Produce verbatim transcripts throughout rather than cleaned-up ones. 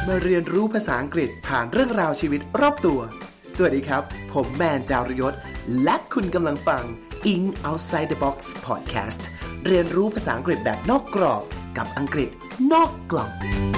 มาเรียนรู้ภาษาอังกฤษผ่านเรื่องราวชีวิตรอบตัวสวัสดีครับผมแมนจารยศและคุณกำลังฟัง In Outside the Box Podcast เรียนรู้ภาษาอังกฤษแบบนอกกรอบกับอังกฤษนอกกล่อง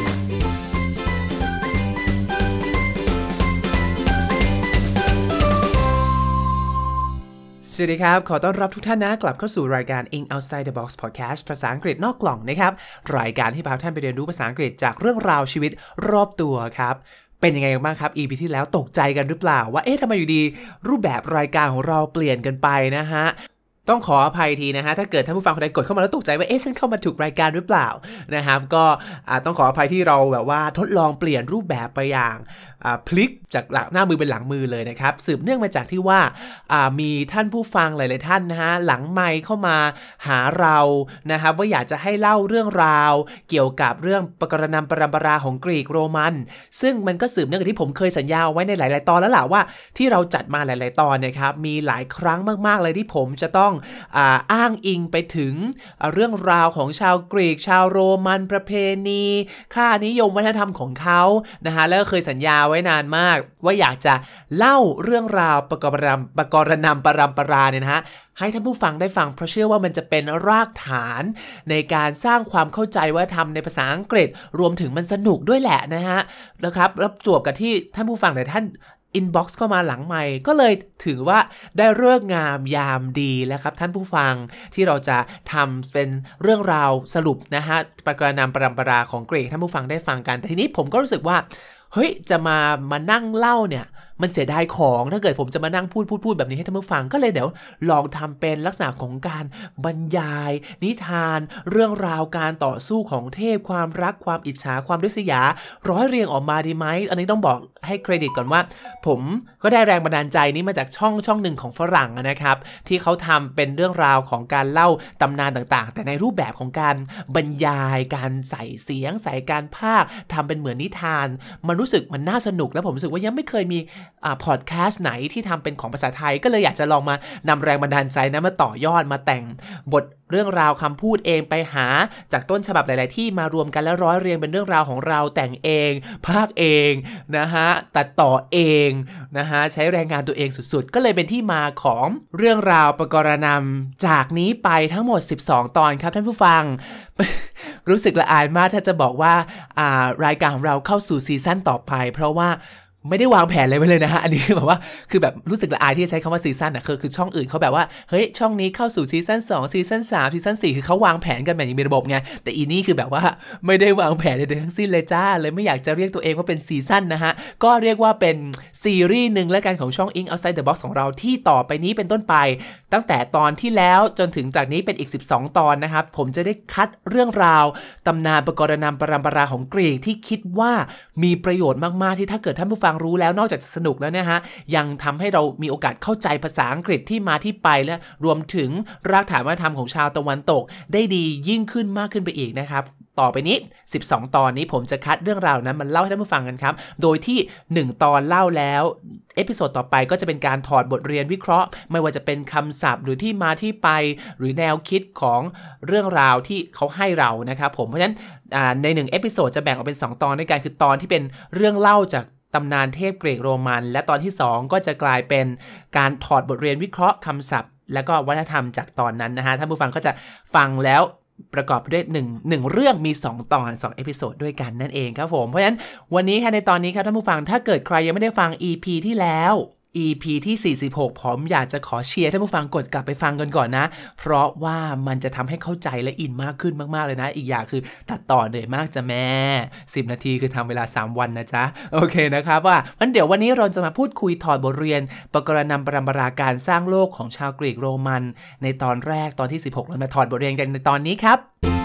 สวัสดีครับขอต้อนรับทุกท่านนะกลับเข้าสู่รายการ In Outside the Box Podcast ภาษาอังกฤษนอกกล่องนะครับรายการที่พาท่านไปเรียนรู้ภาษาอังกฤษจากเรื่องราวชีวิตรอบตัวครับเป็นยังไงบ้างครับ อี พี ที่แล้วตกใจกันหรือเปล่าว่าเอ๊ะทำไมอยู่ดีรูปแบบรายการของเราเปลี่ยนกันไปนะฮะต้องขออภัยทีนะฮะถ้าเกิดท่านผู้ฟังคนใดกดเข้ามาแล้วตกใจว่าเอ๊ะฉันเข้ามาถูกรายการหรือเปล่านะครับก็ต้องขออภัยที่เราแบบว่าทดลองเปลี่ยนรูปแบบไปอย่างพลิกจากหลังหน้ามือเป็นหลังมือเลยนะครับสืบเนื่องมาจากที่ว่ามีท่านผู้ฟังหลายๆท่านนะฮะหลังไมค์เข้ามาหาเรานะครับว่าอยากจะให้เล่าเรื่องราวเกี่ยวกับเรื่องปกรณัมปรัมปราของกรีกโรมันซึ่งมันก็สืบเนื่องจากที่ผมเคยสัญญาไว้ในหลายๆตอนแล้วล่ะว่าที่เราจัดมาหลายๆตอนนะครับมีหลายครั้งมากๆเลยที่ผมจะต้องอ่าอ้างอิงไปถึงเรื่องราวของชาวกรีกชาวโรมันประเพณีค่านิยมวัฒนธรรมของเขานะฮะแล้วก็เคยสัญญาไว้นานมากว่าอยากจะเล่าเรื่องราวปกรณัมปกรณัมปรัมปราเนี่ยนะฮะให้ท่านผู้ฟังได้ฟังเพราะเชื่อว่ามันจะเป็นรากฐานในการสร้างความเข้าใจวัฒนธรรมในภาษาอังกฤษรวมถึงมันสนุกด้วยแหละนะฮะนะครับแล้วจวบกับที่ท่านผู้ฟังหลายท่านinbox เข้ามาหลังไมค์ก็เลยถือว่าได้ฤกษ์งามยามดีแล้วครับท่านผู้ฟังที่เราจะทำเป็นเรื่องราวสรุปนะฮะปกรณัมปรัมปราของกรีกท่านผู้ฟังได้ฟังกันแต่ทีนี้ผมก็รู้สึกว่าเฮ้ยจะมามานั่งเล่าเนี่ยมันเสียดายของถ้าเกิดผมจะมานั่งพูดพูดพูดแบบนี้ให้ท่านผู้ฟังก็เลยเดี๋ยวลองทำเป็นลักษณะของการบรรยายนิทานเรื่องราวการต่อสู้ของเทพความรักความอิจฉาความริษยาร้อยเรียงออกมาดีไหมอันนี้ต้องบอกให้เครดิตก่อนว่าผมก็ได้แรงบันดาลใจนี้มาจากช่องช่องหนึ่งของฝรั่งนะครับที่เขาทำเป็นเรื่องราวของการเล่าตำนานต่างๆแต่ในรูปแบบของการบรรยายการใส่เสียงใส่การพากย์ทำเป็นเหมือนนิทานมันรู้สึกมันน่าสนุกและผมรู้สึกว่ายังไม่เคยมีอ่าพอดแคสต์ไหนที่ทำเป็นของภาษาไทยก็เลยอยากจะลองมานำแรงบันดาลใจนะมาต่อยอดมาแต่งบทเรื่องราวคำพูดเองไปหาจากต้นฉบับหลายๆที่มารวมกันแล้วร้อยเรียงเป็นเรื่องราวของเราแต่งเองพากย์เองนะฮะตัดต่อเองนะฮะใช้แรงงานตัวเองสุดๆก็เลยเป็นที่มาของเรื่องราวปกรณัมจากนี้ไปทั้งหมดสิบสองตอนครับท่านผู้ฟัง รู้สึกละอายมากถ้าจะบอกว่าอ่ารายการของเราเข้าสู่ซีซั่นต่อไปเพราะว่าไม่ได้วางแผนอะไรไว้เลยนะฮะอันนี้แบบว่าคือแบบรู้สึกละอายที่จะใช้คำว่าซีซั่นอ่ะคือคือช่องอื่นเขาแบบว่าเฮ้ยช่องนี้เข้าสู่ซีซั่นสองซีซั่นสามซีซั่นสี่คือเขาวางแผนกันแบบอย่างมีระบบไงแต่อีนี่คือแบบว่าไม่ได้วางแผนใดๆทั้งสิ้นเลยจ้าเลยไม่อยากจะเรียกตัวเองว่าเป็นซีซั่นนะฮะก็เรียกว่าเป็นซีรีส์นึงแล้วกันของช่อง In Outside the Box ของเราที่ต่อไปนี้เป็นต้นไปตั้งแต่ตอนที่แล้วจนถึงจากนี้เป็นอีกสิบสองตอนนะครับผมจะได้คัดเรื่องราวตำนานปกรณัมปรัมปราของกรีกที่คิดว่ามีประโยชน์มากๆที่ถ้าเกิดท่านผู้ฟังรู้แล้วนอกจากจะสนุกแล้วเนี่ยฮะยังทำให้เรามีโอกาสเข้าใจภาษาอังกฤษที่มาที่ไปและรวมถึงรากฐานวัฒนธรรมของชาวตะวันตกได้ดียิ่งขึ้นมากขึ้นไปอีกนะครับต่อไปนี้สิบสองตอนนี้ผมจะคัดเรื่องราวนั้นมันเล่าให้ท่านผู้ฟังกันครับโดยที่หนึ่งตอนเล่าแล้วเอพิโซดต่อไปก็จะเป็นการถอดบทเรียนวิเคราะห์ไม่ว่าจะเป็นคำศัพท์หรือที่มาที่ไปหรือแนวคิดของเรื่องราวที่เขาให้เรานะครับผมเพราะฉะนั้นในหนึ่งเอพิโซดจะแบ่งออกเป็นสองตอนด้วยกันคือตอนที่เป็นเรื่องเล่าจากตำนานเทพกรีกโรมันและตอนที่สองก็จะกลายเป็นการถอดบทเรียนวิเคราะห์คำศัพท์และก็วัฒนธรรมจากตอนนั้นนะฮะท่านผู้ฟังก็จะฟังแล้วประกอบด้วยหนึ่ง หนึ่งเรื่องมีสองตอนสองเอพิโซดด้วยกันนั่นเองครับผมเพราะฉะนั้นวันนี้ค่ะในตอนนี้ครับท่านผู้ฟังถ้าเกิดใครยังไม่ได้ฟัง อี พี ที่แล้ว อี พี ที่สี่สิบหกผมอยากจะขอเชียร์ท่านผู้ฟังกดกลับไปฟังกันก่อนนะเพราะว่ามันจะทำให้เข้าใจและอินมากขึ้นมากๆเลยนะอีกอย่างคือตัดต่อเหนื่อยมากจ้ะแม่สิบนาทีคือทำเวลาสามวันนะจ๊ะโอเคนะครับว่างั้นเดี๋ยววันนี้เราจะมาพูดคุยถอดบทเรียนปกรณัมปรัมปราการสร้างโลกของชาวกรีกโรมันในตอนแรกตอนที่สิบหกเรามาถอดบทเรียนกันในตอนนี้ครับ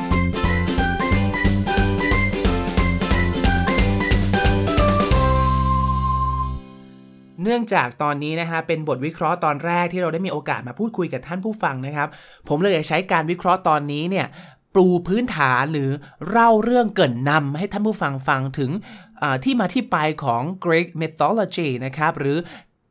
เนื่องจากตอนนี้นะฮะเป็นบทวิเคราะห์ตอนแรกที่เราได้มีโอกาสมาพูดคุยกับท่านผู้ฟังนะครับผมเลยอยากใช้การวิเคราะห์ตอนนี้เนี่ยปูพื้นฐานหรือเล่าเรื่องเกริ่นนำให้ท่านผู้ฟังฟังถึงที่มาที่ไปของ Greek mythology นะครับหรือ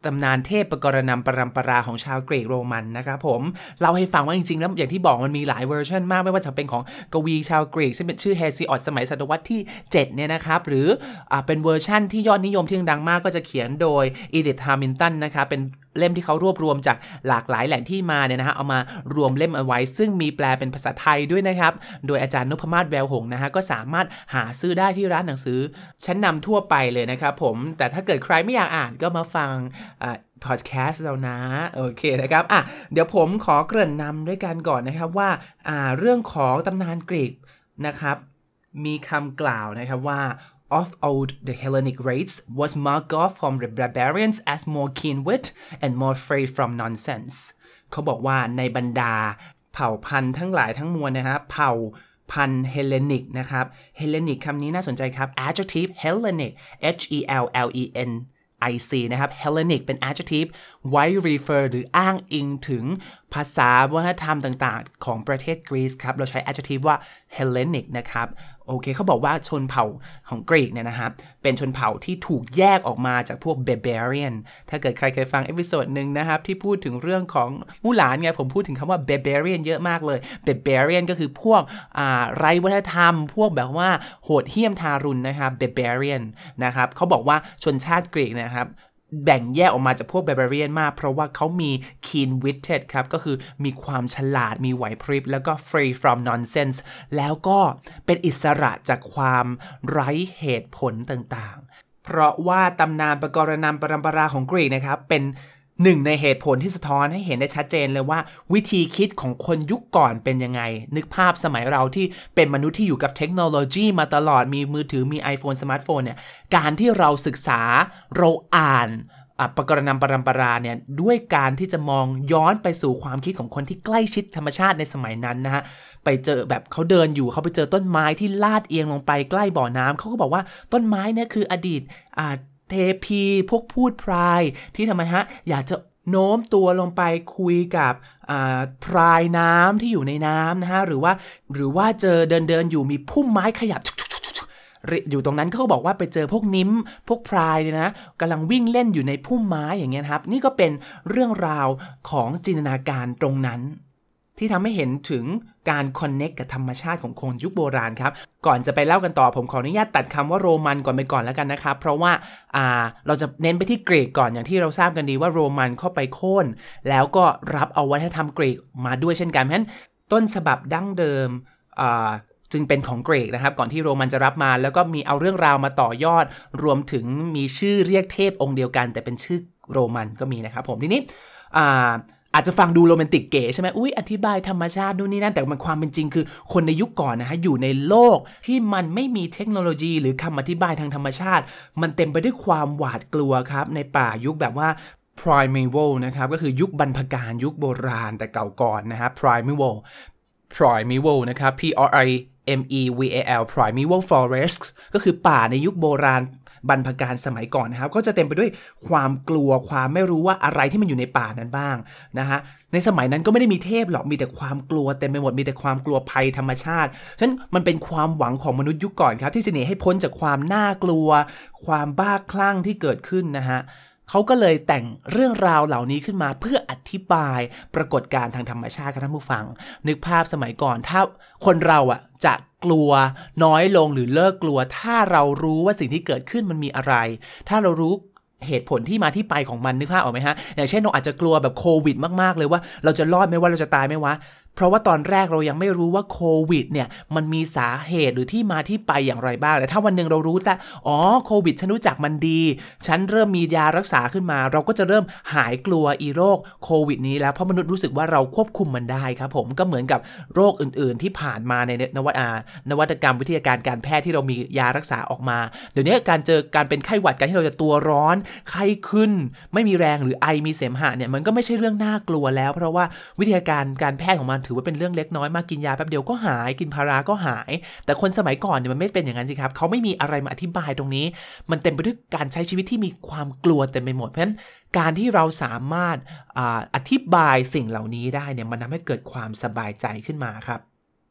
ตำนานเทพปกรณำปรัมปราของชาวกรีกโรมันนะครับผมเล่าให้ฟังว่าจริงๆแล้วอย่างที่บอกมันมีหลายเวอร์ชันมากไม่ว่าจะเป็นของกวีชาวกรีกซึ่งเป็นชื่อเฮซิออดสมัยศตวรรษที่เจ็ดเนี่ยนะครับหรืออ่าเป็นเวอร์ชันที่ยอดนิยมที่ดังมากก็จะเขียนโดยอีดิธ ฮามิลตันนะครับเป็นเล่มที่เขารวบรวมจากหลากหลายแหล่งที่มาเนี่ยนะฮะเอามารวมเล่มเอาไว้ซึ่งมีแปลเป็นภาษาไทยด้วยนะครับโดยอาจารย์นพมาศแววหงส์นะฮะก็สามารถหาซื้อได้ที่ร้านหนังสือชั้นนำทั่วไปเลยนะครับผมแต่ถ้าเกิดใครไม่อยากอ่านก็มาฟังอ่าพอดแคสต์เรานะโอเคนะครับอ่ะเดี๋ยวผมขอเกริ่นนำด้วยกันก่อนนะครับว่าอ่าเรื่องของตำนานกรีกนะครับมีคำกล่าวนะครับว่าOf old, the Hellenic race was marked off from the barbarians as more keen-wit and more free from nonsense. เขาบอกว่าในบรรดาเผ่าพันธุ์ทั้งหลายทั้งมวลนะครับเผ่าพันธุ์เฮเลนิกนะครับ Hellenic คำนี้น่าสนใจครับ adjective Hellenic H E L L E N I C นะครับ Hellenic เป็น adjective ไว้ refer หรืออ้างอิงถึงภาษาวัฒนธรรมต่างๆของประเทศกรีซครับเราใช้ adjective ว่า Hellenic นะครับโอเคเขาบอกว่าชนเผ่าของกรีกเนี่ยนะครับเป็นชนเผ่าที่ถูกแยกออกมาจากพวก barbarian ถ้าเกิดใครเคยฟังเอพิโซดหนึ่งนะครับที่พูดถึงเรื่องของมู่หลานไงผมพูดถึงคำว่า barbarian เยอะมากเลย barbarian ก็คือพวกอ่าไร้วัฒนธรรมพวกแบบว่าโหดเหี้ยมทารุณนะครับ barbarian นะครับเขาบอกว่าชนชาติกรีกนะครับแบ่งแยกออกมาจากพวก barbarian มากเพราะว่าเขามี keen-witted ครับก็คือมีความฉลาดมีไหวพริบแล้วก็ free from nonsense แล้วก็เป็นอิสระจากความไร้เหตุผลต่างๆเพราะว่าตำนานปกรณำปรัมปราของกรีกนะครับเป็นหนึ่งในเหตุผลที่สะท้อนให้เห็นได้ชัดเจนเลยว่าวิธีคิดของคนยุคก่อนเป็นยังไงนึกภาพสมัยเราที่เป็นมนุษย์ที่อยู่กับเทคโนโลยีมาตลอดมีมือถือมี iPhone สมาร์ทโฟนเนี่ยการที่เราศึกษาเราอ่านปกรณำปรัมปราเนี่ยด้วยการที่จะมองย้อนไปสู่ความคิดของคนที่ใกล้ชิดธรรมชาติในสมัยนั้นนะฮะไปเจอแบบเขาเดินอยู่เขาไปเจอต้นไม้ที่ลาดเอียงลงไปใกล้บ่อน้ำเขาก็บอกว่าต้นไม้เนี่ยคืออดีตอ่าเทพีพวกพูดพรายที่ทำไมฮะอยากจะโน้มตัวลงไปคุยกับพรายน้ำที่อยู่ในน้ำนะฮะหรือว่าหรือว่าเจอเดินเดินอยู่มีพุ่มไม้ขยับอยู่ตรงนั้นเขาบอกว่าไปเจอพวกนิ้มพวกพรายเนี่ยนะกำลังวิ่งเล่นอยู่ในพุ่มไม้อย่างเงี้ยครับนี่ก็เป็นเรื่องราวของจินตนาการตรงนั้นที่ทำให้เห็นถึงการคอนเนคกับธรรมชาติของคนยุคโบราณครับก่อนจะไปเล่ากันต่อผมขออนุญาตตัดคำว่าโรมันก่อนไปก่อนแล้วกันนะครับเพราะว่าอ่าเราจะเน้นไปที่กรีกก่อนอย่างที่เราทราบกันดีว่าโรมันเข้าไปโค่นแล้วก็รับเอาวัฒนธรรมกรีกมาด้วยเช่นกันเพราะฉะนั้นต้นฉบับดั้งเดิมอ่าจึงเป็นของกรีกนะครับก่อนที่โรมันจะรับมาแล้วก็มีเอาเรื่องราวมาต่อยอดรวมถึงมีชื่อเรียกเทพองค์เดียวกันแต่เป็นชื่อโรมันก็มีนะครับผมทีนี้อ่าอาจจะฟังดูโรแมนติกเก๋ใช่ไหมอุ้ยอธิบายธรรมชาตินู่นนี่นั่นแต่มันความเป็นจริงคือคนในยุคก่อนนะฮะอยู่ในโลกที่มันไม่มีเทคโนโลยีหรือคำอธิบายทางธรรมชาติมันเต็มไปด้วยความหวาดกลัวครับในป่ายุคแบบว่า primeval นะครับก็คือยุคบรรพกาลยุคโบราณแต่เก่าก่อนนะฮะ primeval primeval นะครับ P R I M E V A L primeval forests ก็คือป่าในยุคโบราณบรรพกาลสมัยก่อนนะครับก็จะเต็มไปด้วยความกลัวความไม่รู้ว่าอะไรที่มันอยู่ในป่านั้นบ้างนะฮะในสมัยนั้นก็ไม่ได้มีเทพหรอกมีแต่ความกลัวเต็มไปหมดมีแต่ความกลัวภัยธรรมชาติฉะนั้นมันเป็นความหวังของมนุษย์ยุคก่อนครับที่จะหนีให้พ้นจากความน่ากลัวความบ้าคลั่งที่เกิดขึ้นนะฮะเขาก็เลยแต่งเรื่องราวเหล่านี้ขึ้นมาเพื่ออธิบายปรากฏการณ์ทางธรรมชาติครับท่านผู้ฟังนึกภาพสมัยก่อนถ้าคนเราอ่ะจะกลัวน้อยลงหรือเลิกกลัวถ้าเรารู้ว่าสิ่งที่เกิดขึ้นมันมีอะไรถ้าเรารู้เหตุผลที่มาที่ไปของมันนึกภาพออกไหมฮะอย่างเช่นเราอาจจะกลัวแบบโควิดมากๆเลยว่าเราจะรอดไหมว่าเราจะตายไหมวะเพราะว่าตอนแรกเรายังไม่รู้ว่าโควิดเนี่ยมันมีสาเหตุหรือที่มาที่ไปอย่างไรบ้างแต่ถ้าวันหนึ่งเรารู้แต่อ๋อโควิดฉันรู้จักมันดีฉันเริ่มมียารักษาขึ้นมาเราก็จะเริ่มหายกลัวอีโรคโควิดนี้แล้วเพราะมนุษย์รู้สึกว่าเราควบคุมมันได้ครับผมก็เหมือนกับโรคอื่นๆที่ผ่านมาในนวัตนวัตกรรมวิทยาการการแพทย์ที่เรามียารักษาออกมาเดี๋ยวนี้การเจอการเป็นไข้หวัดการที่เราจะตัวร้อนไข้ขึ้นไม่มีแรงหรือไอมีเสมหะเนี่ยมันก็ไม่ใช่เรื่องน่ากลัวแล้วเพราะว่าวิทยาการการแพทย์ของมันถือว่าเป็นเรื่องเล็กน้อยมากกินยาแป๊บเดียวก็หายกินพาราก็หายแต่คนสมัยก่อนเนี่ยมันไม่เป็นอย่างนั้นสิครับเขาไม่มีอะไรมาอธิบายตรงนี้มันเต็มไปด้วยการใช้ชีวิตที่มีความกลัวเต็มไปหมดเพราะฉะนั้นการที่เราสามารถ อ, อธิบายสิ่งเหล่านี้ได้เนี่ยมันทำให้เกิดความสบายใจขึ้นมาครับ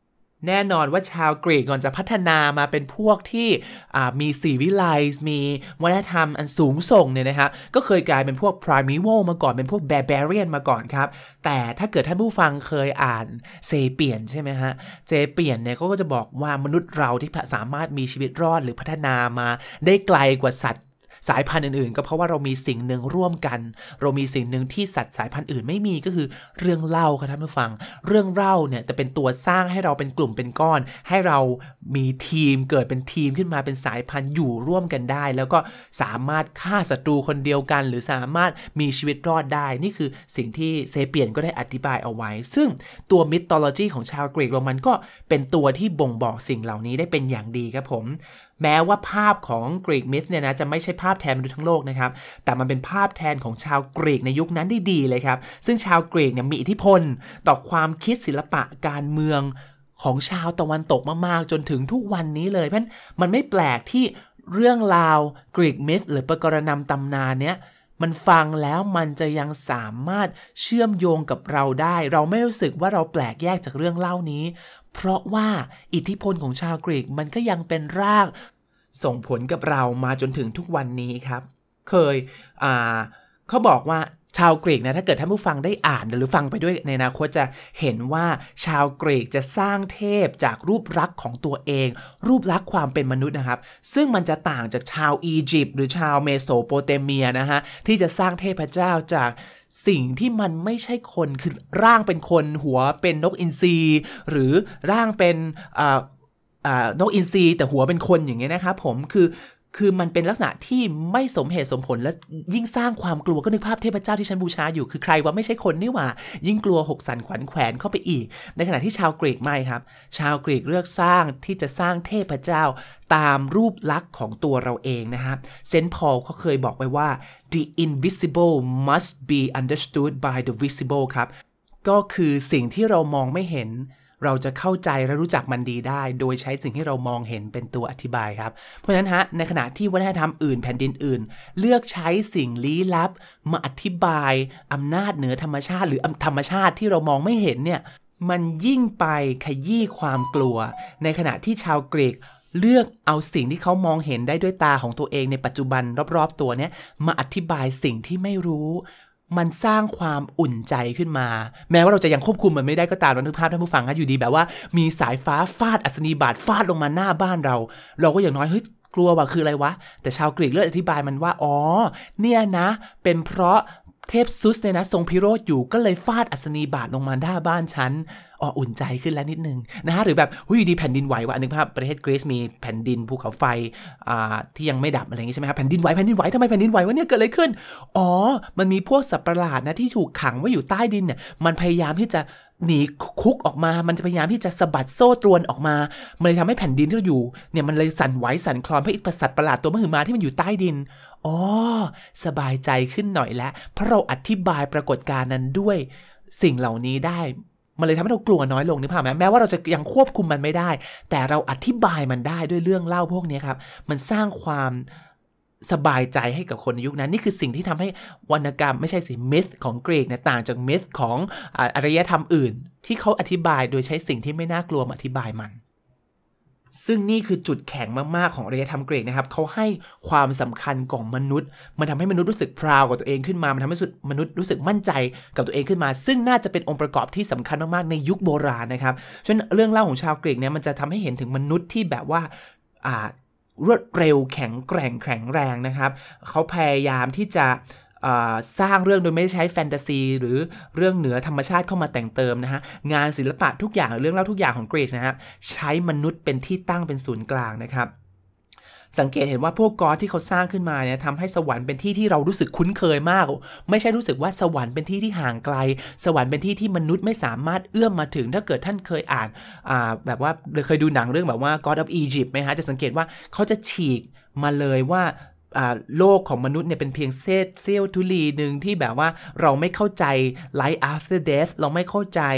แน่นอนว่าชาวกรีกก่อนจะพัฒนามาเป็นพวกที่มีสีวิไลซ์มีวัฒนธรรมอันสูงส่งเนี่ยนะครับก็เคยกลายเป็นพวก primeval มาก่อนเป็นพวก barbarian มาก่อนครับแต่ถ้าเกิดท่านผู้ฟังเคยอ่านเซเปียนใช่ไหมฮะเซเปียนเนี่ยก็จะบอกว่ามนุษย์เราที่สามารถมีชีวิตรอดหรือพัฒนามาได้ไกลกว่าสัตว์สายพันธุ์อื่นๆก็เพราะว่าเรามีสิ่งหนึ่งร่วมกันเรามีสิ่งหนึ่งที่สัตว์สายพันธุ์อื่นไม่มีก็คือเรื่องเล่าครับท่านผู้ฟังเรื่องเล่าเนี่ยจะเป็นตัวสร้างให้เราเป็นกลุ่มเป็นก้อนให้เรามีทีมเกิดเป็นทีมขึ้นมาเป็นสายพันธุ์อยู่ร่วมกันได้แล้วก็สามารถฆ่าศัตรูคนเดียวกันหรือสามารถมีชีวิตรอดได้นี่คือสิ่งที่เซเปียนก็ได้อธิบายเอาไว้ซึ่งตัวมิทโอโลจีของชาวกรีกโรมันก็เป็นตัวที่บ่งบอกสิ่งเหล่านี้ได้เป็นอย่างดีครับผมแม้ว่าภาพของกรีกมิธเนี่ยนะจะไม่ใช่ภาพแทนมนุษย์ทั้งโลกนะครับแต่มันเป็นภาพแทนของชาวกรีกในยุคนั้นได้ดีเลยครับซึ่งชาวกรีกเนี่ยมีอิทธิพลต่อความคิดศิลปะการเมืองของชาวตะวันตกมากๆจนถึงทุกวันนี้เลยเพราะมันไม่แปลกที่เรื่องราวกรีกมิธหรือปกรณำตำนานเนี้ยมันฟังแล้วมันจะยังสามารถเชื่อมโยงกับเราได้เราไม่รู้สึกว่าเราแปลกแยกจากเรื่องเล่านี้เพราะว่าอิทธิพลของชาวกรีกมันก็ยังเป็นรากส่งผลกับเรามาจนถึงทุกวันนี้ครับเคยอ่าเขาบอกว่าชาวกรีกนะถ้าเกิดท่านผู้ฟังได้อ่านหรือฟังไปด้วยในอนาคตจะเห็นว่าชาวกรีกจะสร้างเทพจากรูปลักษณ์ของตัวเองรูปลักษณ์ความเป็นมนุษย์นะครับซึ่งมันจะต่างจากชาวอียิปต์หรือชาวเมโสโปเตเมียนะฮะที่จะสร้างเทพเจ้าจากสิ่งที่มันไม่ใช่คนคือร่างเป็นคนหัวเป็นนกอินทรีหรือร่างเป็นอ่าอ่านกอินทรีแต่หัวเป็นคนอย่างเงี้ยนะครับผมคือคือมันเป็นลักษณะที่ไม่สมเหตุสมผลและยิ่งสร้างความกลัวก็นึกภาพเทพเจ้าที่ฉันบูชาอยู่คือใครว่าไม่ใช่คนนี่หว่ายิ่งกลัวหกสันขวัญแขวนเข้าไปอีกในขณะที่ชาวกรีกไม่ครับชาวกรีกเลือกสร้างที่จะสร้างเทพเจ้าตามรูปลักษณ์ของตัวเราเองนะครับเซนต์พอลเขาเคยบอกไว้ว่า the invisible must be understood by the visible ครับก็คือสิ่งที่เรามองไม่เห็นเราจะเข้าใจและรู้จักมันดีได้โดยใช้สิ่งที่เรามองเห็นเป็นตัวอธิบายครับเพราะฉะนั้นฮะในขณะที่วัฒนธรรมอื่นแผ่นดินอื่นเลือกใช้สิ่งลี้ลับมาอธิบายอำนาจเหนือธรรมชาติหรือธรรมชาติที่เรามองไม่เห็นเนี่ยมันยิ่งไปขยี้ความกลัวในขณะที่ชาวกรีกเลือกเอาสิ่งที่เขามองเห็นได้ด้วยตาของตัวเองในปัจจุบันรอบๆตัวเนี่ยมาอธิบายสิ่งที่ไม่รู้มันสร้างความอุ่นใจขึ้นมาแม้ว่าเราจะยังควบคุมมันไม่ได้ก็ตามนึกภาพท่านผู้ฟังนะอยู่ดีแบบว่ามีสายฟ้าฟาดอัศนีบาตฟาดลงมาหน้าบ้านเราเราก็อย่างน้อยเฮ้ยกลัวว่าคืออะไรวะแต่ชาวกรีกเลือกอธิบายมันว่าอ๋อเนี่ยนะเป็นเพราะเทพซุสเนี่ยนะทรงพิโรธอยู่ก็เลยฟาดอัศนีบาตลงมาหน้าบ้านฉันอ๋ออุ่นใจขึ้นแล้วนิดนึงนะฮะหรือแบบหุ้ยดีแผ่นดินไหวว่ะนึกภาพประเทศกรีซมีแผ่นดินภูเขาไฟอ่าที่ยังไม่ดับอะไรอย่างงี้ใช่ไหมครับแผ่นดินไหวแผ่นดินไหวทำไมแผ่นดินไหววะเนี่ยเกิดอะไรขึ้นอ๋อมันมีพวกสัตว์ประหลาดนะที่ถูกขังไว้อยู่ใต้ดินเนี่ยมันพยายามที่จะหนีคุกออกมามันจะพยายามที่จะสะบัดโซ่ตรวนออกมามันเลยทำให้แผ่นดินที่เราอยู่เนี่ยมันเลยสั่นไหวสั่นคลอนเพราะอีกสัตว์ประหลาดตัวมหึมาที่มันอยู่ใต้ดินอ๋อสบายใจขึ้นหน่อยแล้วเพราะเราอธิบายปรากฏการณ์นั้นด้วยสิ่งเหล่านี้ได้มันเลยทำให้เรากลัวน้อยลงนึกภาพไหมแม้ว่าเราจะยังควบคุมมันไม่ได้แต่เราอธิบายมันได้ด้วยเรื่องเล่าพวกนี้ครับมันสร้างความสบายใจให้กับคนในยุคนั้นนี่คือสิ่งที่ทำให้วรรณกรรมไม่ใช่สิมิธของกรีกเนี่ยต่างจากมิธของอารยธรรมอื่นที่เขาอธิบายโดยใช้สิ่งที่ไม่น่ากลัวมาอธิบายมันซึ่งนี่คือจุดแข็งมากๆของอารยธรรมกรีกนะครับเขาให้ความสำคัญของมนุษย์มันทำให้มนุษย์รู้สึกพราวกับตัวเองขึ้นมามันทำให้มนุษย์รู้สึกมั่นใจกับตัวเองขึ้นมาซึ่งน่าจะเป็นองค์ประกอบที่สำคัญมากๆในยุคโบราณนะครับฉะนั้นเรื่องเล่าของชาวกรีกเนี่ยมันจะทำให้เห็นถึงมนุษย์ที่แบบว่าอ่ารวดเร็วแข็งแกร่งแข็งแรงนะครับเขาพยายามที่จะสร้างเรื่องโดยไม่ใช้แฟนตาซีหรือเรื่องเหนือธรรมชาติเข้ามาแต่งเติมนะฮะงานศิลปะทุกอย่างเรื่องเล่าทุกอย่างของกรีกนะฮะใช้มนุษย์เป็นที่ตั้งเป็นศูนย์กลางนะครับสังเกตเห็นว่าพวกก๊อดที่เขาสร้างขึ้นมาเนี่ยทำให้สวรรค์เป็นที่ที่เรารู้สึกคุ้นเคยมากไม่ใช่รู้สึกว่าสวรรค์เป็นที่ที่ห่างไกลสวรรค์เป็นที่ที่มนุษย์ไม่สามารถเอื้อมมาถึงถ้าเกิดท่านเคยอ่านอ่าแบบว่าเคยดูหนังเรื่องแบบว่า God of Egypt ไหมฮะจะสังเกตว่าเขาจะฉีกมาเลยว่าโลกของมนุษย์เนี่ยเป็นเพียงเศษเสี้ยวธุลีนึงที่แบบว่าเราไม่เข้าใจ life after death เราไม่เข้าใจ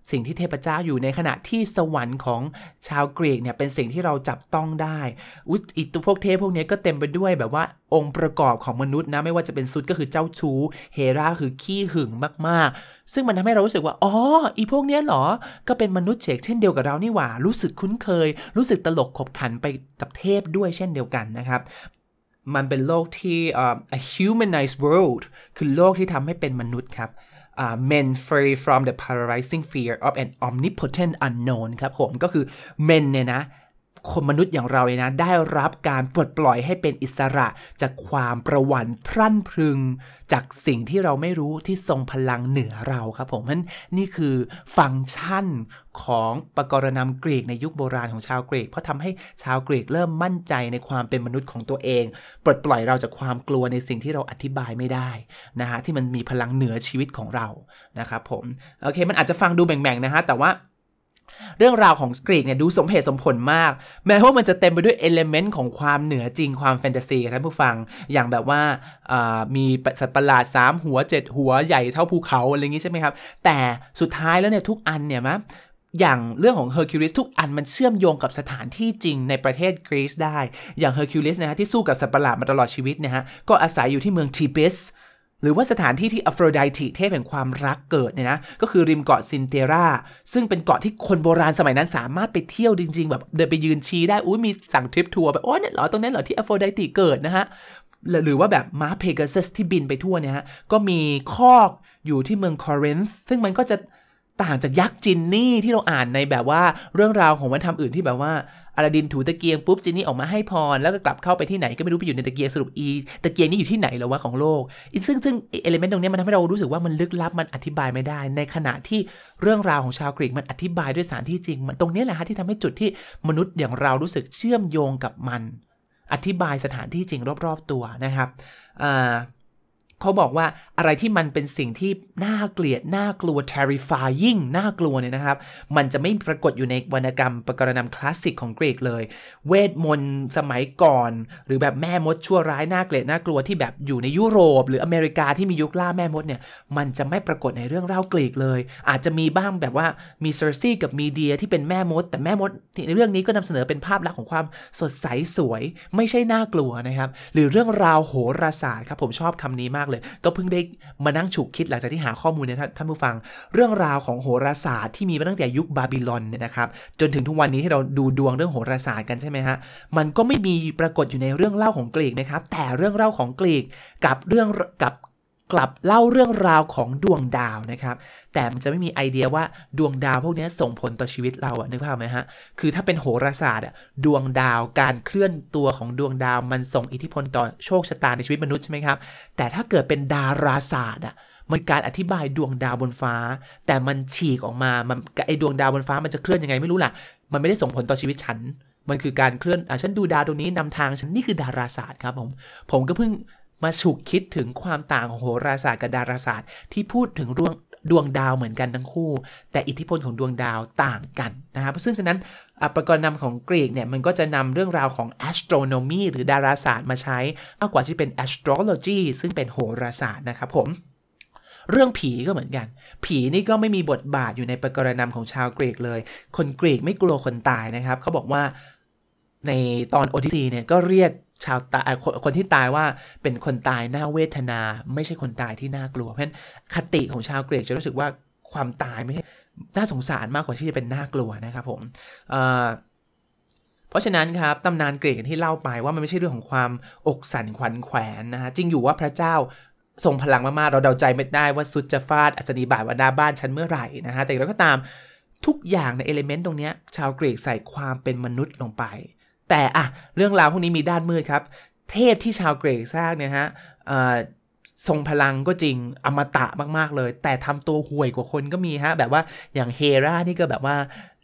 สิ่งที่เทพเจ้าอยู่ในขณะที่สวรรค์ของชาวกรีกเนี่ยเป็นสิ่งที่เราจับต้องได้อุ๊ยอีตัวพวกเทพพวกนี้ก็เต็มไปด้วยแบบว่าองค์ประกอบของมนุษย์นะไม่ว่าจะเป็นซุดก็คือเจ้าชู้เฮราคือขี้หึงมากๆซึ่งมันทำให้เรารู้สึกว่าอ๋ออีพวกเนี้ยเหรอก็เป็นมนุษย์เฉกเช่นเดียวกับเรานี่หว่ารู้สึกคุ้นเคยรู้สึกตลกขบขันไปกับเทพด้วยเช่นเดียวกันนะครับมันเป็นโลกที่ uh, a humanized world คือโลกที่ทำให้เป็นมนุษย์ครับUh, men free from the paralyzing fear of an omnipotent unknown ครับผมก็คือ men เนี่ยนะคนมนุษย์อย่างเราเนี่ยนะได้รับการปลดปล่อยให้เป็นอิสระจากความประหวั่นพรั่นพรึงจากสิ่งที่เราไม่รู้ที่ทรงพลังเหนือเราครับผมนั้นนี่คือฟังก์ชันของปกรณำกรีกในยุคโบราณของชาวกรีกเพราะทำให้ชาวกรีกเริ่มมั่นใจในความเป็นมนุษย์ของตัวเองปลดปล่อยเราจากความกลัวในสิ่งที่เราอธิบายไม่ได้นะฮะที่มันมีพลังเหนือชีวิตของเรานะครับผมโอเคมันอาจจะฟังดูแบ่งๆนะฮะแต่ว่าเรื่องราวของกรีกเนี่ยดูสมเหตุสมผลมากแม้ว่ามันจะเต็มไปด้วยเอลิเมนต์ของความเหนือจริงความแฟนตาซีท่านผู้ฟังอย่างแบบว่ามีสัตว์ประหลาดสามหัวเจ็ดหัวใหญ่เท่าภูเขาอะไรอย่างงี้ใช่ไหมครับแต่สุดท้ายแล้วเนี่ยทุกอันเนี่ยมั้ยอย่างเรื่องของเฮอร์คิวลิสทุกอันมันเชื่อมโยงกับสถานที่จริงในประเทศกรีซได้อย่างเฮอร์คิวลิสนะฮะที่สู้กับสัตว์ประหลาดมาตลอดชีวิตนะฮะก็อาศัยอยู่ที่เมืองทีบิสหรือว่าสถานที่ที่อโฟโรไดติเทพแห่งความรักเกิดเนี่ยนะก็คือริมเกาะซินเตราซึ่งเป็นเกาะที่คนโบราณสมัยนั้นสามารถไปเที่ยวจริงๆแบบเดินไปยืนชี้ได้อุ้ยมีสั่งทริปทัวร์แบบโอ้เนี่ยเหรอตรงนั้นเหรอที่อโฟโรไดติเกิดนะฮะหรือว่าแบบม้าเพกาซัสที่บินไปทั่วเนี่ยฮะก็มีคอกอยู่ที่เมืองคอรินธ์ซึ่งมันก็จะต่างจากยักษ์จินนี่ที่เราอ่านในแบบว่าเรื่องราวของวัฒนธรรมอื่นที่แบบว่าอลาดินถูตะเกียงปุ๊บจินนี่ออกมาให้พรแล้วก็กลับเข้าไปที่ไหนก็ไม่รู้ไปอยู่ในตะเกียงสรุปอีตะเกียงนี่อยู่ที่ไหนแล้ววะของโลกซึ่งซึ่งเอลิเมนต์ตรงนี้มันทำให้เรารู้สึกว่ามันลึกลับมันอธิบายไม่ได้ในขณะที่เรื่องราวของชาวกรีกมันอธิบายด้วยสถานที่จริงมันตรงนี้แหละฮะที่ทำให้จุดที่มนุษย์อย่างเรารู้สึกเชื่อมโยงกับมันอธิบายสถานที่จริงรอบๆตัวนะครับอ่าเขาบอกว่าอะไรที่มันเป็นสิ่งที่น่าเกลียดน่ากลัว terrifying น่ากลัวเนี่ยนะครับมันจะไม่ปรากฏอยู่ในวรรณกรรมปกรณำคลาสสิกของกรีกเลยเวทมนต์สมัยก่อนหรือแบบแม่มดชั่วร้ายน่าเกลียดน่ากลัวที่แบบอยู่ในยุโรปหรืออเมริกาที่มียุคล่าแม่มดเนี่ยมันจะไม่ปรากฏในเรื่องเล่ากรีกเลยอาจจะมีบ้างแบบว่ามีเซอร์ซี่กับมีเดียที่เป็นแม่มดแต่แม่มดในเรื่องนี้ก็นำเสนอเป็นภาพลักษณ์ของความสดใสสวยไม่ใช่น่ากลัวนะครับหรือเรื่องราวโหราศาสตร์ครับผมชอบคำนี้มากก็เพิ่งได้มานั่งฉุกคิดหลังจากที่หาข้อมูลเนี่ยท่านผู้ฟังเรื่องราวของโหราศาสตร์ที่มีมาตั้งแต่ยุคบาบิลอนเนี่ยนะครับจนถึงทุกวันนี้ที่เราดูดวงเรื่องโหราศาสตร์กันใช่ไหมฮะมันก็ไม่มีปรากฏอยู่ในเรื่องเล่าของกรีกนะครับแต่เรื่องเล่าของกรีกกับเรื่องกับกลับเล่าเรื่องราวของดวงดาวนะครับแต่มันจะไม่มีไอเดียว่าดวงดาวพวกนี้ส่งผลต่อชีวิตเราอะนึกภาพไหมฮะคือถ้าเป็นโหราศาสตร์อะดวงดาวการเคลื่อนตัวของดวงดาวมันส่งอิทธิพลต่อโชคชะตาในชีวิตมนุษย์ใช่ไหมครับแต่ถ้าเกิดเป็นดาราศาสตร์อะมันการอธิบายดวงดาวบนฟ้าแต่มันฉีกออกมามันไอดวงดาวบนฟ้ามันจะเคลื่อนยังไงไม่รู้ล่ะมันไม่ได้ส่งผลต่อชีวิตฉันมันคือการเคลื่อนอ่ะฉันดูดาวตรงนี้นำทางฉันนี่คือดาราศาสตร์ครับผมผมก็เพิ่งมาฉุกคิดถึงความต่างของโหราศาสตร์กับดาราศาสตร์ที่พูดถึงดวงดวงดาวเหมือนกันทั้งคู่แต่อิทธิพลของดวงดาวต่างกันนะครับซึ่งฉะนั้นปกรณำของกรีกเนี่ยมันก็จะนำเรื่องราวของ astronomy หรือดาราศาสตร์มาใช้มากกว่าที่เป็น astrology ซึ่งเป็นโหราศาสตร์นะครับผมเรื่องผีก็เหมือนกันผีนี่ก็ไม่มีบทบาทอยู่ในปกรณำของชาวกรีกเลยคนกรีกไม่กลัวคนตายนะครับเขาบอกว่าในตอนโอดิซีเนี่ยก็เรียกชาวตายคนคนที่ตายว่าเป็นคนตายน่าเวทนาไม่ใช่คนตายที่น่ากลัวเพราะฉะนั้นคติของชาวกรีกจะรู้สึกว่าความตายไม่ใช่น่าสงสารมากกว่าที่จะเป็นน่ากลัวนะครับผมเอ่อเพราะฉะนั้นครับตำนานกรีกที่เล่าไปว่ามันไม่ใช่เรื่องของความอกสั่นขวัญแขวนนะฮะจริงอยู่ว่าพระเจ้าทรงพลังมากๆเราเดาใจไม่ได้ว่าซุดจะฟาดอัศนีบาทว่าดาบ้านฉันเมื่อไหร่นะฮะแต่แล้วก็ตามทุกอย่างในเอลิเมนต์ตรงนี้ชาวกรีกใส่ความเป็นมนุษย์ลงไปแต่อะเรื่องราวพวกนี้มีด้านมืดครับเทพที่ชาวกรีกสร้างเนี่ยฮะทรงพลังก็จริงอมตะมากๆเลยแต่ทำตัวห่วยกว่าคนก็มีฮะแบบว่าอย่างเฮรานี่ก็แบบว่า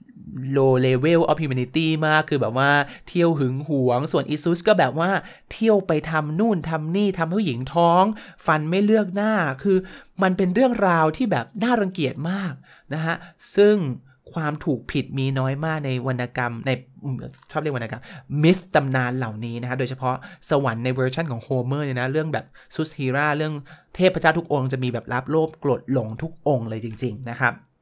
low level of humanity มากคือแบบว่าเที่ยวหึงหวงส่วนอิซุสก็แบบว่าเที่ยวไปทำนู่นทำนี่ทำผู้หญิงท้องฟันไม่เลือกหน้าคือมันเป็นเรื่องราวที่แบบน่ารังเกียจมากนะฮะซึ่งความถูกผิดมีน้อยมากในวรรณกรรมในชอบเรียกวรรณกรรมมิธตำนานเหล่านี้นะฮะโดยเฉพาะสวรรค์ในเวอร์ชันของโฮเมอร์เนี่ยนะเรื่องแบบซุสฮีราเรื่องเทพเจ้าทุกองค์จะมีแบบรับโลภโกรธหลงทุกองค์เลยจริงๆนะครับ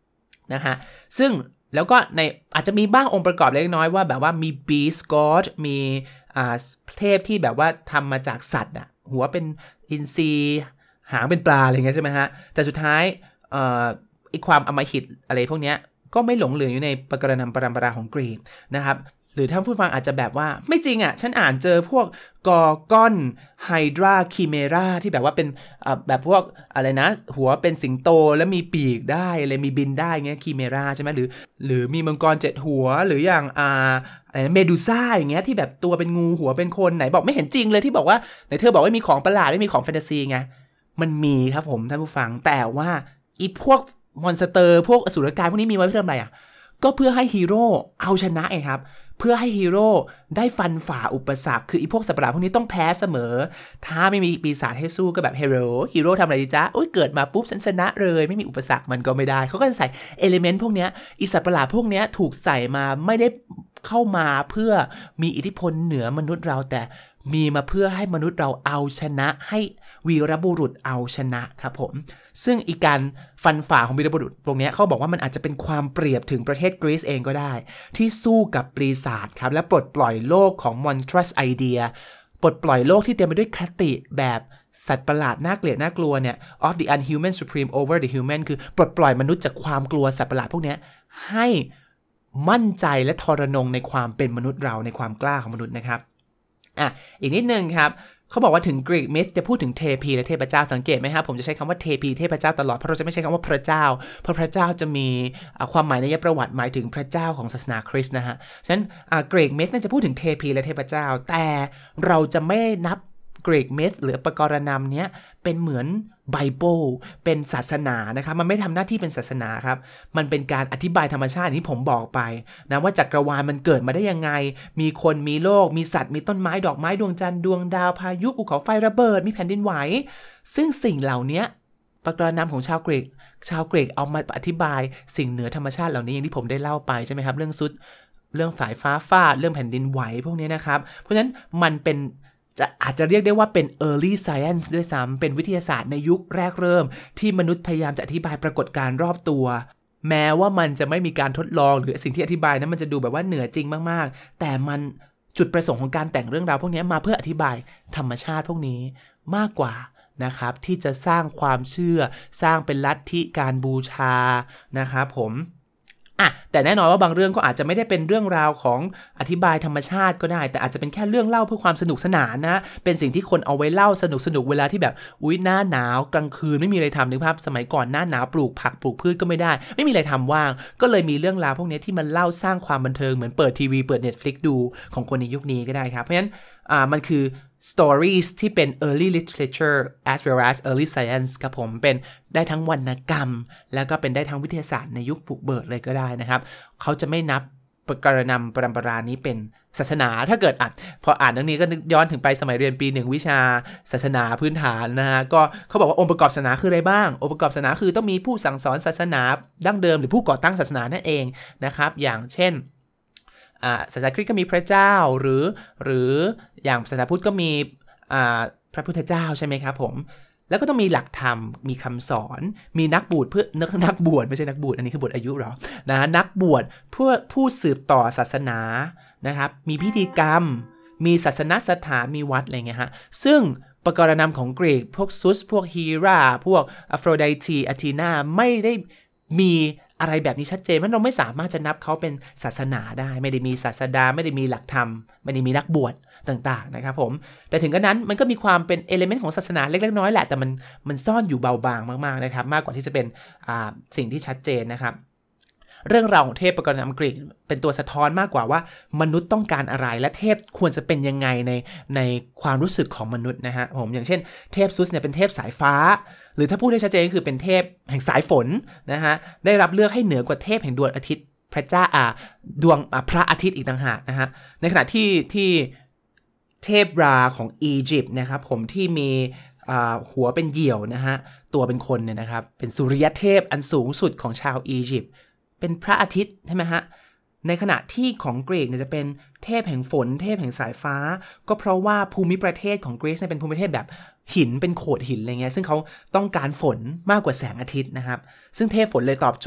นะฮะซึ่งแล้วก็ในอาจจะมีบ้างองค์ประกอบเล็กน้อยว่าแบบว่ามี beast god มีอ่าเทพที่แบบว่าทำมาจากสัตว์อะหัวเป็นอินทรีหางเป็นปลาอะไรเงี้ยใช่ไหมฮะแต่สุดท้ายเอ่ออีกความอำมหิตอะไรพวกเนี้ยก็ไม่หลงเหลืออยู่ในปกรณำปรำปราของกรีกนะครับหรือท่านผู้ฟังอาจจะแบบว่าไม่จริงอ่ะฉันอ่านเจอพวกกอร์กอนไฮดราคิเมราที่แบบว่าเป็นแบบพวกอะไรนะหัวเป็นสิงโตแล้วมีปีกได้อะไรมีบินได้เงี้ยคิเมราใช่ไหมหรือหรือมีมังกรเจ็ดหัวหรืออย่างอ่าอะไรเมดูซ่าอย่างเงี้ยที่แบบตัวเป็นงูหัวเป็นคนไหนบอกไม่เห็นจริงเลยที่บอกว่าไหนเธอบอกว่ามีของประหลาดไม่มีของแฟนตาซีไงมันมีครับผมท่านผู้ฟังแต่ว่าอีพวกมอนสเตอร์พวกอสูรกายพวกนี้มีไว้เพื่ออะไรอ่ะก็เพื่อให้ฮีโร่เอาชนะไงครับเพื่อให้ฮีโร่ได้ฟันฝ่าอุปสรรคคืออีพวกสัตว์ประหลาดพวกนี้ต้องแพ้เสมอถ้าไม่มีปีศาจให้สู้ก็แบบฮีโร่ฮีโร่ทำอะไรดีจ๊ะโอ๊ยเกิดมาปุ๊บฉันชนะเลยไม่มีอุปสรรคมันก็ไม่ได้เขาก็จะใส่เอลิเมนต์พวกนี้อีสัตว์ประหลาดพวกนี้ถูกใส่มาไม่ได้เข้ามาเพื่อมีอิทธิพลเหนือมนุษย์เราแต่มีมาเพื่อให้มนุษย์เราเอาชนะให้วีรบุรุษเอาชนะครับผมซึ่งอีกการฟันฝ่าของวีรบุรุษตรงนี้เขาบอกว่ามันอาจจะเป็นความเปรียบถึงประเทศกรีซเองก็ได้ที่สู้กับปีศาจครับและปลดปล่อยโลกของ monstrous idea ปลดปล่อยโลกที่เต็มไปด้วยคติแบบสัตว์ประหลาดน่าเกลียดน่ากลัวเนี่ย of the unhuman supreme over the human คือปลดปล่อยมนุษย์จากความกลัวสัตว์ประหลาดพวกนี้ให้มั่นใจและทรนงในความเป็นมนุษย์เราในความกล้าของมนุษย์นะครับอ่ะอีกนิดนึงครับเขาบอกว่าถึงกรีกมิธจะพูดถึงเทพีและเทพเจ้าสังเกตไหมครับผมจะใช้คำว่าเทพีเทพเจ้าตลอดเพราะเราจะไม่ใช้คำว่าพระเจ้าเพราะพระเจ้าจะมีความหมายในยประวัติหมายถึงพระเจ้าของศาสนาคริสต์นะฮะฉะนั้นกรีกมิธจะพูดถึงเทพีและเทพเจ้าแต่เราจะไม่นับกรีกมิธหรือปกรณำเนี้ยเป็นเหมือนไบเบิลเป็นศาสนานะครับมันไม่ทำหน้าที่เป็นศาสนาครับมันเป็นการอธิบายธรรมชาติที่ผมบอกไปนะว่าจักรวาลมันเกิดมาได้ยังไงมีคนมีโลกมีสัตว์มีต้นไม้ดอกไม้ดวงจันทร์ดวงดาวพายุภูเขาไฟระเบิดมีแผ่นดินไหวซึ่งสิ่งเหล่านี้ปกรณำของชาวกรีกชาวกรีกเอามาอธิบายสิ่งเหนือธรรมชาติเหล่านี้อย่างที่ผมได้เล่าไปใช่ไหมครับเรื่องซุดเรื่องสายฟ้าฟาดเรื่องแผ่นดินไหวพวกนี้นะครับเพราะฉะนั้นมันเป็นจะอาจจะเรียกได้ว่าเป็น early science ด้วยซ้ำเป็นวิทยาศาสตร์ในยุคแรกเริ่มที่มนุษย์พยายามจะอธิบายปรากฏการณ์รอบตัวแม้ว่ามันจะไม่มีการทดลองหรือสิ่งที่อธิบายนั้นมันจะดูแบบว่าเหนือจริงมากๆแต่มันจุดประสงค์ของการแต่งเรื่องราวพวกนี้มาเพื่ออธิบายธรรมชาติพวกนี้มากกว่านะครับที่จะสร้างความเชื่อสร้างเป็นลัทธิการบูชานะครับผมอ่ะแต่แน่นอนว่าบางเรื่องก็อาจจะไม่ได้เป็นเรื่องราวของอธิบายธรรมชาติก็ได้แต่อาจจะเป็นแค่เรื่องเล่าเพื่อความสนุกสนานนะเป็นสิ่งที่คนเอาไว้เล่าสนุกสนุกเวลาที่แบบอุ๊ยหน้าหนาวกลางคืนไม่มีอะไรทำนึกภาพสมัยก่อนหน้าหนาวปลูกผักปลูกพืชก็ไม่ได้ไม่มีอะไรทำว่างก็เลยมีเรื่องราวพวกนี้ที่มันเล่าสร้างความบันเทิงเหมือนเปิดทีวีเปิด Netflix ดูของคนในยุคนี้ก็ได้ครับเพราะฉะนั้นอ่ามันคือ stories ที่เป็น early literature as well as early science ครับผมเป็นได้ทั้งวรรณกรรมแล้วก็เป็นได้ทั้งวิทยาศาสตร์ในยุคบุกเบิกเลยก็ได้นะครับเขาจะไม่นับปกรณำปรำปรานี้เป็นศาสนาถ้าเกิดอ่ะพออ่านเรื่องนี้ก็นึกย้อนถึงไปสมัยเรียนปีหนึ่งวิชาศาสนาพื้นฐานนะฮะก็เขาบอกว่าองค์ประกอบศาสนาคืออะไรบ้างองค์ประกอบศาสนาคือต้องมีผู้สั่งสอนศาสนาดั้งเดิมหรือผู้ก่อตั้งศาสนานั่นเองนะครับอย่างเช่นศาสนาคริสต์ก็มีพระเจ้าหรือหรืออย่างศาสนาพุทธก็มีพระพุทธเจ้าใช่ไหมครับผมแล้วก็ต้องมีหลักธรรมมีคำสอนมีนักบวชเพื่อนักบวชไม่ใช่นักบวชอันนี้คือบวชอายุหรอนะนักบวชเพื่อผู้สืบต่อศาสนานะครับมีพิธีกรรมมีศาสนสถานมีวัดอะไรเงี้ยฮะซึ่งปกรณำของกรีกพวกซุสพวกฮีราพวกอโฟรไดทีอาทีนาไม่ได้มีอะไรแบบนี้ชัดเจนเพราะเราไม่สามารถจะนับเขาเป็นศาสนาได้ไม่ได้มีศาสดาไม่ได้มีหลักธรรมไม่ได้มีนักบวชต่างๆนะครับผมแต่ถึงกระนั้นมันก็มีความเป็นเอลิเมนต์ของศาสนาเล็กๆน้อยๆแหละแต่มันมันซ่อนอยู่เบาบางมากๆนะครับมากกว่าที่จะเป็นอ่าสิ่งที่ชัดเจนนะครับเรื่องราวของเทพปกรณำกรีกเป็นตัวสะท้อนมากกว่าว่ามนุษย์ต้องการอะไรและเทพควรจะเป็นยังไงในในความรู้สึกของมนุษย์นะฮะผมอย่างเช่นเทพซุสเนี่ยเป็นเทพสายฟ้าหรือถ้าพูดได้ชัดเจนก็คือเป็นเทพแห่งสายฝนนะฮะได้รับเลือกให้เหนือกว่าเทพแห่งดวงอาทิตย์พระเจ้าอ่าดวงอ่าพระอาทิตย์อีกต่างหากนะฮะในขณะที่ที่เทพราของอียิปต์นะครับผมที่มีหัวเป็นเหยี่ยวนะฮะตัวเป็นคนเนี่ยนะครับเป็นสุริยเทพอันสูงสุดของชาวอียิปต์เป็นพระอาทิตย์ใช่ไหมฮะในขณะที่ของกรีกเนี่ยจะเป็นเทพแห่งฝนเทพแห่งสายฟ้าก็เพราะว่าภูมิประเทศของกรีซเนี่ยเป็นภูมิประเทศแบบหินเป็นโขดหินอะไรเงี้ยซึ่งเขาต้องการฝนมากกว่าแสงอาทิตย์นะครับซึ่งเทพฝนเลยตอบโจทย์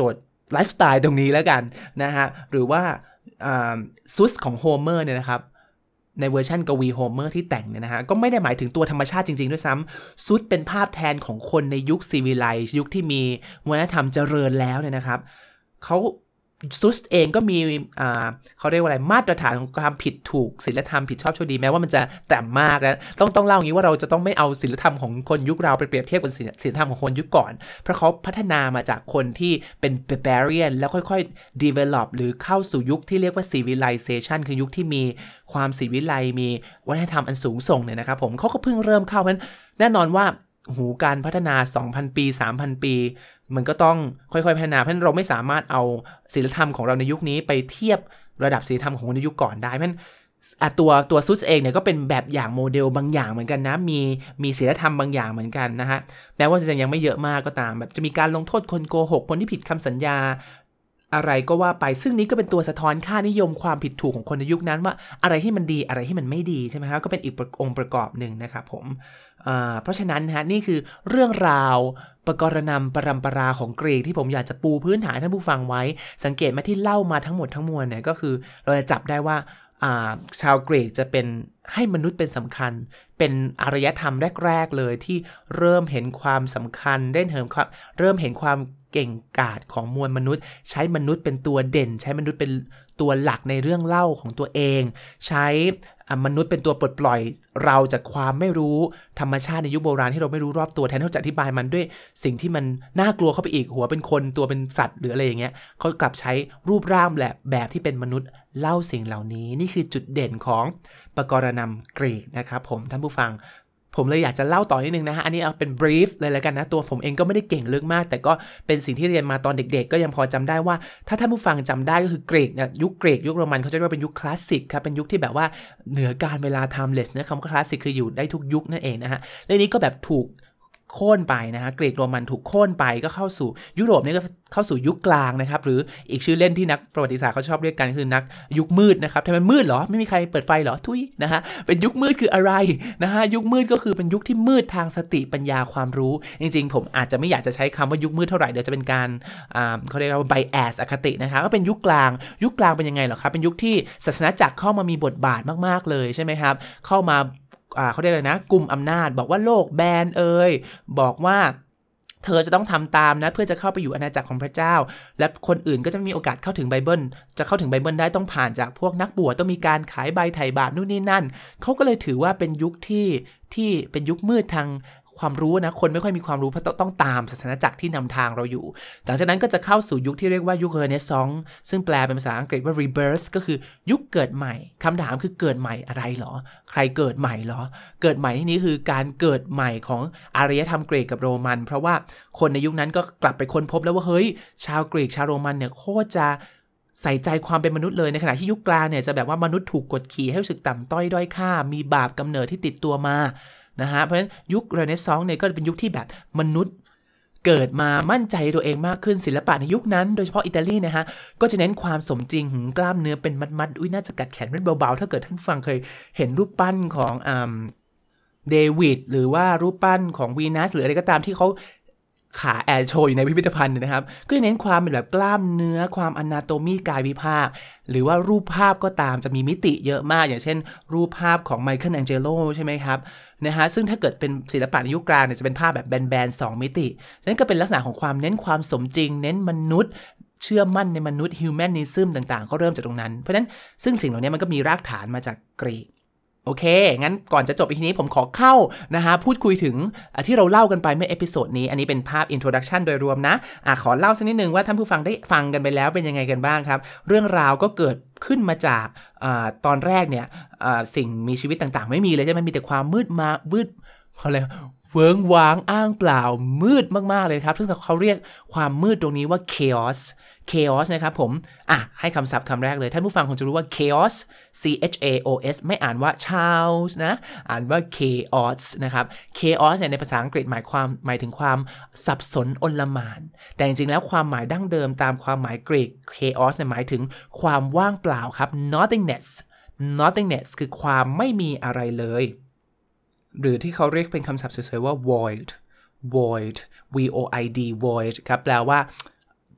ไลฟ์สไตล์ตรงนี้แล้วกันนะฮะหรือว่าซุสของโฮเมอร์เนี่ยนะครับในเวอร์ชันกวีโฮเมอร์ที่แต่งเนี่ยนะฮะก็ไม่ได้หมายถึงตัวธรรมชาติจริงๆด้วยซ้ำซุสเป็นภาพแทนของคนในยุคซีวิไลซ์ยุคที่มีวัฒนธรรมเจริญแล้วเนี่ยนะครับเขาซุสเองก็มีอ่าเขาเรียกว่าอะไรมาตรฐานของความผิดถูกศีลธรรมผิดชอบชั่วดีแม้ว่ามันจะต่ำมากนะต้องต้องเล่าอย่างนี้ว่าเราจะต้องไม่เอาศีลธรรมของคนยุคเราไปเปรียบเทียบกับศีลธรรมของคนยุคก่อนเพราะเขาพัฒนามาจากคนที่เป็น barbarian แล้วค่อยๆ develop หรือเข้าสู่ยุคที่เรียกว่า civilization คือยุคที่มีความศิวิไลซ์มีวัฒนธรรมอันสูงส่งเนี่ยนะครับผมเขาก็เพิ่งเริ่มเข้าเพราะฉะนั้นแน่นอนว่าหูการพัฒนา สองพัน ปี สามพัน ปีมันก็ต้องค่อยๆพัฒนาเพราะฉะนั้นเราไม่สามารถเอาศีลธรรมของเราในยุคนี้ไปเทียบระดับศีลธรรมของคนในยุคก่อนได้เพราะฉะนั้นตัวตัวซุสเองเนี่ยก็เป็นแบบอย่างโมเดลบางอย่างเหมือนกันนะมีมีศีลธรรมบางอย่างเหมือนกันนะฮะแม้ว่าจะยังไม่เยอะมากก็ตามแบบจะมีการลงโทษคนโกหกคนที่ผิดคำสัญญาอะไรก็ว่าไปซึ่งนี้ก็เป็นตัวสะท้อนค่านิยมความผิดถูกของคนในยุคนั้นว่าอะไรที่มันดีอะไรที่มันไม่ดีใช่ไหมครับก็เป็นอีกองค์ประกอบหนึ่งนะครับผมเพราะฉะนั้นนะฮะนี่คือเรื่องราวปกรณำปรัมปราของกรีกที่ผมอยากจะปูพื้นฐานให้ท่านผู้ฟังไว้สังเกตไหมที่เล่ามาทั้งหมดทั้งมวลเนี่ยก็คือเราจะจับได้ว่าชาวกรีกจะเป็นให้มนุษย์เป็นสำคัญเป็นอารยธรรมแรกๆเลยที่เริ่มเห็นความสำคัญเริ่มเห็นความเริ่มเห็นความเก่งกาจของมวลมนุษย์ใช้มนุษย์เป็นตัวเด่นใช้มนุษย์เป็นตัวหลักในเรื่องเล่าของตัวเองใช้มนุษย์เป็นตัวปลดปล่อยเราจากความไม่รู้ธรรมชาติในยุคโบราณที่เราไม่รู้รอบตัวแทนที่จะอธิบายมันด้วยสิ่งที่มันน่ากลัวเข้าไปอีกหัวเป็นคนตัวเป็นสัตว์หรืออะไรอย่างเงี้ยเขากลับใช้รูปร่างแบบแบบที่เป็นมนุษย์เล่าสิ่งเหล่านี้นี่คือจุดเด่นของปกรณำกรีกนะครับผมท่านผู้ฟังผมเลยอยากจะเล่าต่อนิดนึงนะฮะอันนี้เอาเป็น brief เลยแล้วกันนะตัวผมเองก็ไม่ได้เก่งลึกมากแต่ก็เป็นสิ่งที่เรียนมาตอนเด็กๆก็ยังพอจำได้ว่าถ้าท่านผู้ฟังจำได้ก็คือกรีกเนี่ยยุคกรีกยุคโรมันเขาจะเรียกว่าเป็นยุคคลาสสิกครับเป็นยุคที่แบบว่าเหนือการเวลา timeless นะคำว่าคลาสสิกคืออยู่ได้ทุกยุคนั่นเองนะฮะและนี้ก็แบบถูกโค่นไปนะฮะกรีกโรมันถูกโค่นไปก็เข้าสู่ยุโรปนี่ก็เข้าสู่ยุคกลางนะครับหรืออีกชื่อเล่นที่นักประวัติศาสตร์เขาชอบเรียกกันคือนักยุคมืดนะครับทำไมมืดเหรอไม่มีใครเปิดไฟเหรอทุยนะฮะเป็นยุคมืดคืออะไรนะฮะยุคมืดก็คือเป็นยุคที่มืดทางสติปัญญาความรู้จริงๆผมอาจจะไม่อยากจะใช้คำว่ายุคมืดเท่าไหร่เดี๋ยวจะเป็นการอ่าเขาเรียกว่า bias อคตินะครับก็เป็นยุคกลางยุคกลางเป็นยังไงเหรอครับเป็นยุคที่ศาสนาจักรเข้ามามีบทบาทมากๆเลยใช่ไหมครับเข้ามาเขาเรียกอะไรนะกลุ่มอำนาจบอกว่าโลกแบนเอ่ยบอกว่าเธอจะต้องทำตามนะเพื่อจะเข้าไปอยู่อาณาจักรของพระเจ้าและคนอื่นก็จะไม่มีโอกาสเข้าถึงไบเบิลจะเข้าถึงไบเบิลได้ต้องผ่านจากพวกนักบวชต้องมีการขายใบไถ่บาปนู่นนี่นั่นเขาก็เลยถือว่าเป็นยุคที่ที่เป็นยุคมืดทางความรู้นะคนไม่ค่อยมีความรู้เพราะต้องตามศาสนาจักรที่นำทางเราอยู่หลังจากนั้นก็จะเข้าสู่ยุคที่เรียกว่ายุคเรเนซองส์ซึ่งแปลเป็นภาษาอังกฤษว่า rebirth ก็คือยุคเกิดใหม่คำถามคือเกิดใหม่อะไรหรอใครเกิดใหม่หรอเกิดใหม่ที่นี้คือการเกิดใหม่ของอารยธรรมกรีกกับโรมันเพราะว่าคนในยุคนั้นก็กลับไปค้นพบแล้วว่าเฮ้ยชาวกรีกชาวโรมันเนี่ยโคตรจะใส่ใจความเป็นมนุษย์เลยในขณะที่ยุคกลางเนี่ยจะแบบว่ามนุษย์ถูกกดขี่ให้รู้สึกต่ำต้อยด้อยค่ามีบาปกำเนิดที่ติดตัวมานะฮะเพราะฉะนั้นยุคเรเนซองส์เนี่ยก็เป็นยุคที่แบบมนุษย์เกิดมามั่นใจตัวเองมากขึ้นศิลปะในยุคนั้นโดยเฉพาะอิตาลีนะฮะก็จะเน้นความสมจริงหึงกล้ามเนื้อเป็นมัดๆอุ้ยน่าจะกัดแขนเป็นเบาๆถ้าเกิดท่านฟังเคยเห็นรูปปั้นของอ่าเดวิดหรือว่ารูปปั้นของวีนัสหรืออะไรก็ตามที่เขาขาแอร์โชว์อยู่ในพิพิธภัณฑ์นะครับก็จะเน้นความเป็นแบบกล้ามเนื้อความอนาโตมีกายวิภาคหรือว่ารูปภาพก็ตามจะมีมิติเยอะมากอย่างเช่นรูปภาพของไมเคิลแองเจโลใช่ไหมครับนะฮะซึ่งถ้าเกิดเป็นศิลปะในยุคกลางเนี่ยจะเป็นภาพแบบแบนๆสองมิตินั่นก็เป็นลักษณะของความเน้นความสมจริงเน้นมนุษย์เชื่อมั่นในมนุษย์ฮิวแมนนิซึมต่างๆก็เริ่มจากตรงนั้นเพราะฉะนั้นซึ่งสิ่งเหล่านี้มันก็มีรากฐานมาจากกรีกโอเคงั้นก่อนจะจบอีพีนี้ผมขอเข้านะฮะพูดคุยถึงที่เราเล่ากันไปเมื่อเอพิโซดนี้อันนี้เป็นภาพ introduction โดยรวมนะอ่ะขอเล่าสักนิดนึงว่าท่านผู้ฟังได้ฟังกันไปแล้วเป็นยังไงกันบ้างครับเรื่องราวก็เกิดขึ้นมาจากอ่าตอนแรกเนี่ยอ่าสิ่งมีชีวิตต่างๆไม่มีเลยใช่ไหมมีแต่ความมืดมามืดอะไรเวิ้งว้างอ้างเปล่ามืดมากๆเลยครับซึ่งเขาเรียกความมืดตรงนี้ว่า chaos chaos นะครับผมอ่ะให้คำศัพท์คำแรกเลยท่านผู้ฟังคงจะรู้ว่า chaos c h a o s ไม่อ่านว่า chaos นะอ่านว่า chaos นะครับ chaos เนี่ยในภาษาอังกฤษหมายความหมายถึงความสับสนอนลหม่านแต่จริงๆแล้วความหมายดั้งเดิมตามความหมายกรีก chaos เนี่ยหมายถึงความว่างเปล่าครับ nothingness nothingness คือความไม่มีอะไรเลยหรือที่เขาเรียกเป็นคำศัพท์สวยๆว่า void void v o i d void ครับแปลว่า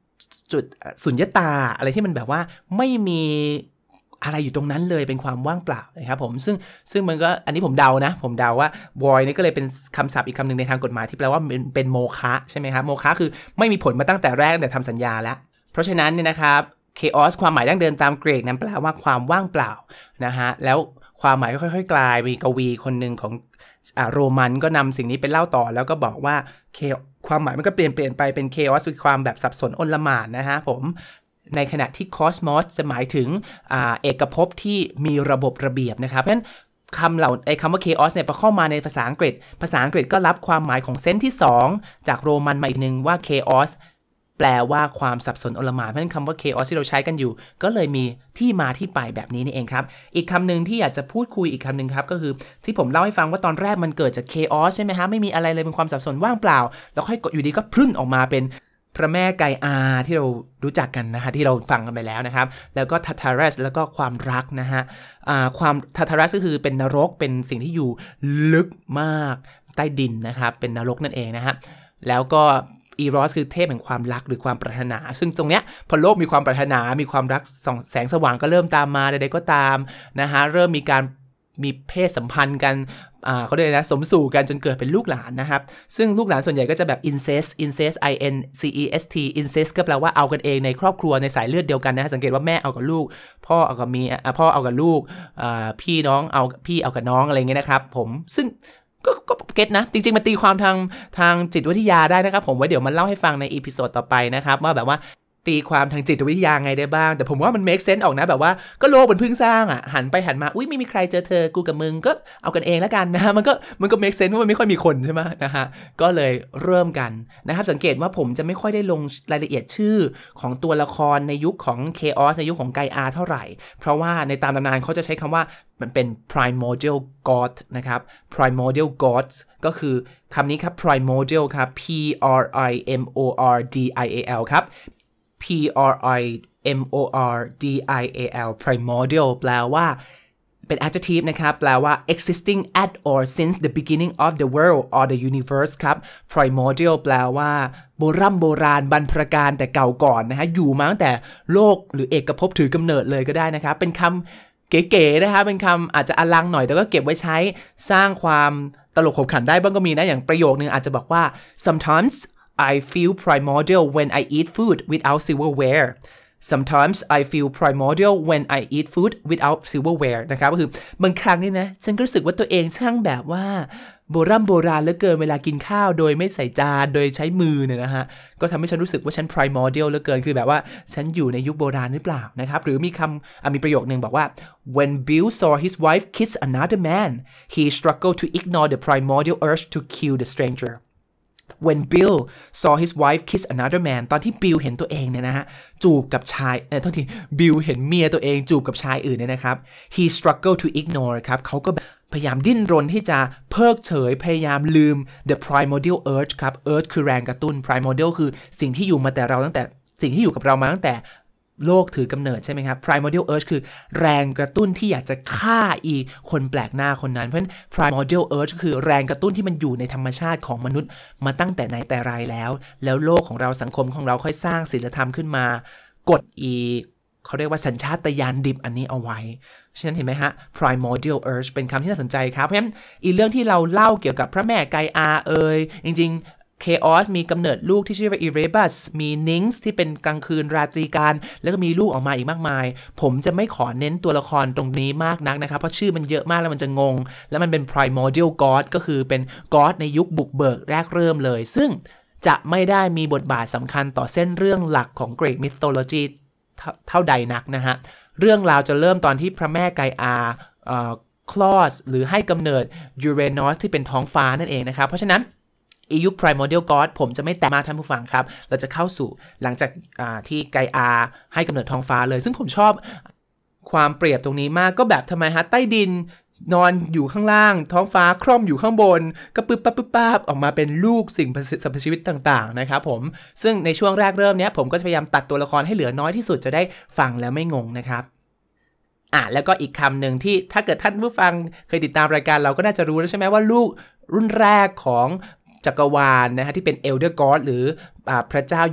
จุดสุญญตาอะไรที่มันแบบว่าไม่มีอะไรอยู่ตรงนั้นเลยเป็นความว่างเปล่านะครับผมซึ่งซึ่งมันก็อันนี้ผมเดานะผมเดาว่า void นี่ก็เลยเป็นคำศัพท์อีกคำหนึ่งในทางกฎหมายที่แปลว่าเป็นเป็นโมฆะใช่ไหมครับโมฆะคือไม่มีผลมาตั้งแต่แรกแต่ทำสัญญาแล้วเพราะฉะนั้นเนี่ยนะครับ chaos ความหมายดั้งเดิมตามเกรกนั้นแปลว่าความว่างเปล่านะฮะแล้วความหมายค่อยๆกลายมีกวีคนหนึ่งของอ่าโรมันก็นำสิ่งนี้ไปเล่าต่อแล้วก็บอกว่าความหมายมันก็เปลี่ยนเปลี่ยนไปเป็น chaos คือความแบบสับสนอนลหม่านนะฮะผมในขณะที่ cosmos จะหมายถึงอ่าเอกภพที่มีระบบระเบียบนะครับเพราะฉะนั้นคำเหล่าไอ้คำว่า chaos เนี่ยพอเข้ามาในภาษาอังกฤษภาษาอังกฤษก็รับความหมายของเซนส์ที่สองจากโรมันมาอีกนึงว่า chaos แปลว่าความสับสนอนลหม่านเพราะฉะนั้นคำว่า chaos ที่เราใช้กันอยู่ก็เลยมีที่มาที่ไปแบบนี้นี่เองครับอีกคำหนึ่งที่อยากจะพูดคุยอีกคำหนึ่งครับก็คือที่ผมเล่าให้ฟังว่าตอนแรกมันเกิดจาก chaos ใช่ไหมฮะไม่มีอะไรเลยเป็นความสับสนว่างเปล่าแล้วค่อยอยู่ดีก็พรุ่นออกมาเป็นพระแม่ไกอาที่เรารู้จักกันนะฮะที่เราฟังกันไปแล้วนะครับแล้วก็ทัตารัสแล้วก็ความรักนะฮะความทัตารัสก็คือเป็นนรกเป็นสิ่งที่อยู่ลึกมากใต้ดินนะครับเป็นนรกนั่นเองนะฮะแล้วก็อีรอสคือเทพแห่งความรักหรือความปรารถนาซึ่งตรงเนี้ยพอโลกมีความปรารถนามีความรักส่องแสงสว่างก็เริ่มตามมาใดๆก็ตามนะฮะเริ่มมีการมีเพศสัมพันธ์กันอ่าเขาเรียกนะสมสู่กันจนเกิดเป็นลูกหลานนะครับซึ่งลูกหลานส่วนใหญ่ก็จะแบบ incest incest i n c e s t incest ก็แปลว่าเอากันเองในครอบครัวในสายเลือดเดียวกันนะสังเกตว่าแม่เอากับลูกพ่อเอากับเมียพ่อเอากับลูกอ่าพี่น้องเอาพี่เอากับน้องอะไรเงี้ยนะครับผมซึ่งก็ก็เก็ตนะจริงๆมันตีความทางทางจิตวิทยาได้นะครับผมไว้เดี๋ยวมันเล่าให้ฟังในอีพิโซดต่อไปนะครับว่าแบบว่าตีความทางจิตวิทยาไงได้บ้างแต่ผมว่ามัน make sense ออกนะแบบว่าก็โลกมันเพิ่งสร้างอ่ะหันไปหันมาอุ้ยไม่มีใครเจอเธอกูกับมึงก็เอากันเองแล้วกันนะมันก็มันก็ make sense ว่ามันไม่ค่อยมีคนใช่ไหมนะฮะก็เลยเริ่มกันนะครับสังเกตว่าผมจะไม่ค่อยได้ลงรายละเอียดชื่อของตัวละครในยุคของ chaos ในยุคของไกอาเท่าไหร่เพราะว่าในตามตำนานเขาจะใช้คำว่ามันเป็น primordial god นะครับ primordial gods ก็คือคำนี้ครับ primordial ครับ p r i m o r d i a l ครับP R I M O R D I A L primordial แปลว่าเป็น adjective นะครับแปลว่า existing at or since the beginning of the world or the universe ครับ primordial แปลว่าโบราณโบราณบรรพการแต่เก่าก่อนนะฮะอยู่มาตั้งแต่โลกหรือเอกภพถือกำเนิดเลยก็ได้นะครับเป็นคำเก๋ๆนะครับเป็นคำอาจจะอลังหน่อยแต่ก็เก็บไว้ใช้สร้างความตลกขบขันได้บ้างก็มีนะอย่างประโยคนึงอาจจะบอกว่า sometimes I feel primordial when I eat food without silverware. Sometimes I feel primordial when I eat food without silverware นะครับก็คือบางครั้งนี่นะฉันก็รู้สึกว่าตัวเองช่างแบบว่าโบราณโบราณเหลือเกินเวลากินข้าวโดยไม่ใส่จานโดยใช้มือเนี่ยนะฮะก็ทำให้ฉันรู้สึกว่าฉัน primordial เหลือเกินคือแบบว่าฉันอยู่ในยุคโบราณหรือเปล่านะครับหรือมีคำมีประโยคนึงบอกว่า When Bill saw his wife kiss another man he struggled to ignore the primordial urge to kill the stranger.When Bill saw his wife kiss another man ตอนที่บิลเห็นตัวเองเนี่ยนะฮะจูบกับชายเอ่อโทษทีบิลเห็นเมียตัวเองจูบกับชายอื่นเนี่ยนะครับ he struggled to ignore ครับเขาก็พยายามดิ้นรนที่จะเพิกเฉยพยายามลืม the primordial urge ครับ urge คือแรงกระตุ้น primordial คือสิ่งที่อยู่มาแต่เราตั้งแต่สิ่งที่อยู่กับเรามาตั้งแต่โลกถือกำเนิดใช่ไหมครับ primordial urge คือแรงกระตุ้นที่อยากจะฆ่าอีคนแปลกหน้าคนนั้นเพราะฉะนั้น primordial urge คือแรงกระตุ้นที่มันอยู่ในธรรมชาติของมนุษย์มาตั้งแต่ไหนแต่ไรแล้วแล้วโลกของเราสังคมของเราค่อยสร้างศีลธรรมขึ้นมากดอีเขาเรียกว่าสัญชาตญาณดิบอันนี้เอาไว้ฉะนั้นเห็นไหมฮะ primordial urge เป็นคำที่น่าสนใจครับเพราะฉะนั้นอีเรื่องที่เราเล่าเกี่ยวกับพระแม่ไกอาเอ่ยจริงๆChaos มีกำเนิดลูกที่ชื่อว่า Erebus มี Nyx ที่เป็นกลางคืนราตรีการแล้วก็มีลูกออกมาอีกมากมายผมจะไม่ขอเน้นตัวละครตรงนี้มากนักนะครับเพราะชื่อมันเยอะมากแล้วมันจะงงแล้วมันเป็น primordial god ก็คือเป็น god ในยุคบุกเบิกแรกเริ่มเลยซึ่งจะไม่ได้มีบทบาทสำคัญต่อเส้นเรื่องหลักของ Greek mythology เท่าใดนักนะฮะเรื่องราวจะเริ่มตอนที่พระแม่ไกอาคลอดหรือให้กำเนิด Uranus ที่เป็นท้องฟ้านั่นเองนะครับเพราะฉะนั้นอียุค primordial god ผมจะไม่แตะมาท่านผู้ฟังครับเราจะเข้าสู่หลังจากที่ไกอาให้กำเนิดท้องฟ้าเลยซึ่งผมชอบความเปรียบตรงนี้มากก็แบบทำไมฮะใต้ดินนอนอยู่ข้างล่างท้องฟ้าคร่อมอยู่ข้างบนก็ปึ๊บปั๊บปึ๊บปั๊บออกมาเป็นลูกสิ่งสรรพชีวิตต่างๆนะครับผมซึ่งในช่วงแรกเริ่มเนี้ยผมก็จะพยายามตัดตัวละครให้เหลือน้อยที่สุดจะได้ฟังแล้วไม่งงนะครับอ่ะแล้วก็อีกคำหนึ่งที่ถ้าเกิดท่านผู้ฟังเคยติดตามรายการเราก็น่าจะรู้แล้วใช่ไหมว่าลูกรุ่นแรกของจักรวาลนะฮะที่เป็น Elder God หรือพระเจ้ายุค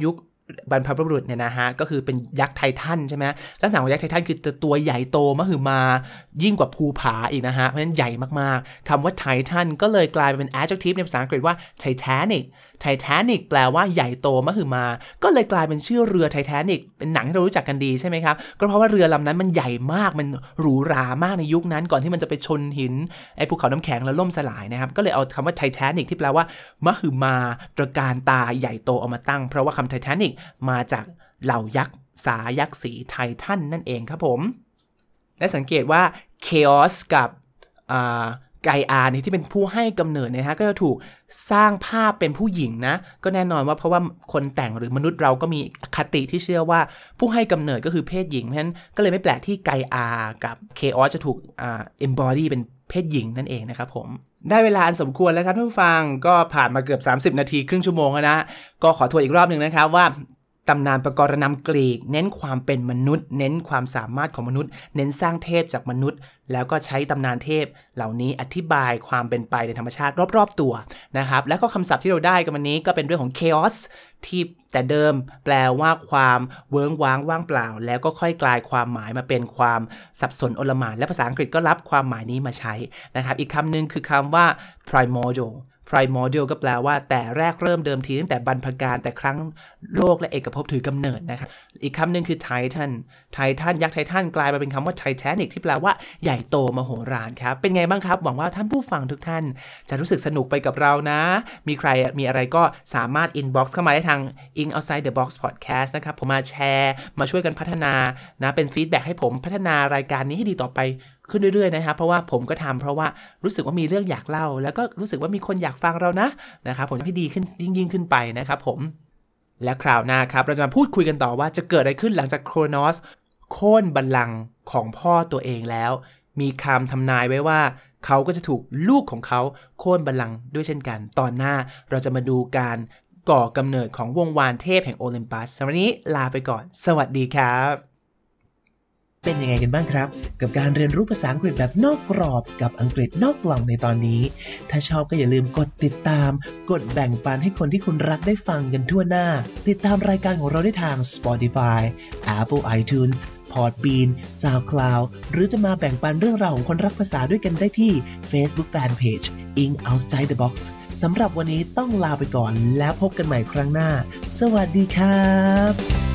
บรรพบุรุษเนี่ยนะฮะก็คือเป็นยักษ์ไททันใช่ไหมลักษณะของยักษ์ไททันคือตัวใหญ่โตมหึมายิ่งกว่าภูผาอีกนะฮะเพราะฉะนั้นใหญ่มากๆคำว่าไททันก็เลยกลายเป็น adjective ในภาษาอังกฤษว่า Titanic Titanic แปลว่าใหญ่โตมหึมาก็เลยกลายเป็นชื่อเรือ Titanic เป็นหนังที่เรารู้จักกันดีใช่ไหมครับก็เพราะว่าเรือลำนั้นมันใหญ่มากมันหรูหรามากในยุคนั้นก่อนที่มันจะไปชนหินไอ้ภูเขาน้ำแข็งแล้วล่มสลายนะครับก็เลยเอาคำว่า Titanic ที่แปลว่ามหึมาตระการตาใหญ่โตเอามาตั้งเพราะว่าคำ Titanic มาจากเหล่ายักษ์สายักษ์สีไททันนั่นเองครับผมและสังเกตว่า Chaos กับไกอานี่ที่เป็นผู้ให้กำเนิดนะฮะก็จะถูกสร้างภาพเป็นผู้หญิงนะก็แน่นอนว่าเพราะว่าคนแต่งหรือมนุษย์เราก็มีคติที่เชื่อว่าผู้ให้กำเนิดก็คือเพศหญิงเพราะฉะนั้นก็เลยไม่แปลกที่ไกอากับ Chaos จะถูกอ่า embody เป็นเพศหญิงนั่นเองนะครับผมได้เวลาอันสมควรแล้วครับท่านผู้ฟังก็ผ่านมาเกือบสามสิบนาทีครึ่งชั่วโมงแล้วนะก็ขอทวนอีกรอบนึงนะครับว่าตำนานปกรณำกรีกเน้นความเป็นมนุษย์เน้นความสามารถของมนุษย์เน้นสร้างเทพจากมนุษย์แล้วก็ใช้ตำนานเทพเหล่านี้อธิบายความเป็นไปในธรรมชาติรอบๆตัวนะครับแล้วก็คำศัพท์ที่เราได้กันวันนี้ก็เป็นเรื่องของ chaos ที่แต่เดิมแปลว่าความเวิ้งว้างว่างเปล่าแล้วก็ค่อยกลายความหมายมาเป็นความสับสนโอลหม่านและภาษาอังกฤษก็รับความหมายนี้มาใช้นะครับอีกคำหนึ่งคือคำว่า primordial primordial ก็แปลว่าแต่แรกเริ่มเดิมทีตั้งแต่บรรพกาลแต่ครั้งโลกและเอกภพถือกำเนิดนะครับอีกคำหนึ่งคือ Titan Titan ยักษ์ไททันกลายมาเป็นคำว่า Titanic ที่แปลว่าใหญ่โตมโหฬารครับเป็นไงบ้างครับหวังว่าท่านผู้ฟังทุกท่านจะรู้สึกสนุกไปกับเรานะมีใครมีอะไรก็สามารถ inbox เข้ามาได้ทาง In Outside the Box Podcast นะครับผมมาแชร์มาช่วยกันพัฒนานะเป็นฟีดแบ็กให้ผมพัฒนารายการนี้ให้ดีต่อไปขึ้นเรื่อยๆนะครับเพราะว่าผมก็ทำเพราะว่ารู้สึกว่ามีเรื่องอยากเล่าแล้วก็รู้สึกว่ามีคนอยากฟังเรานะนะครับผมจะให้ดีขึ้นยิ่งๆขึ้นไปนะครับผมและคราวหน้าครับเราจะมาพูดคุยกันต่อว่าจะเกิดอะไรขึ้นหลังจากโครโนสโค่นบัลลังก์ของพ่อตัวเองแล้วมีคำทำนายไว้ว่าเขาก็จะถูกลูกของเขาโค่นบัลลังก์ด้วยเช่นกันตอนหน้าเราจะมาดูการก่อกำเนิดของวงวานเทพแห่งโอลิมปัสสำหรับวันนี้ลาไปก่อนสวัสดีครับเป็นยังไงกันบ้างครับกับการเรียนรู้ภาษาอังกฤษแบบนอกกรอบกับอังกฤษนอกกล่องในตอนนี้ถ้าชอบก็อย่าลืมกดติดตามกดแบ่งปันให้คนที่คุณรักได้ฟังกันทั่วหน้าติดตามรายการของเราได้ทาง Spotify Apple iTunes Podbean SoundCloud หรือจะมาแบ่งปันเรื่องราวของคนรักภาษาด้วยกันได้ที่ Facebook Fanpage In Outside the Box สำหรับวันนี้ต้องลาไปก่อนแล้วพบกันใหม่ครั้งหน้าสวัสดีครับ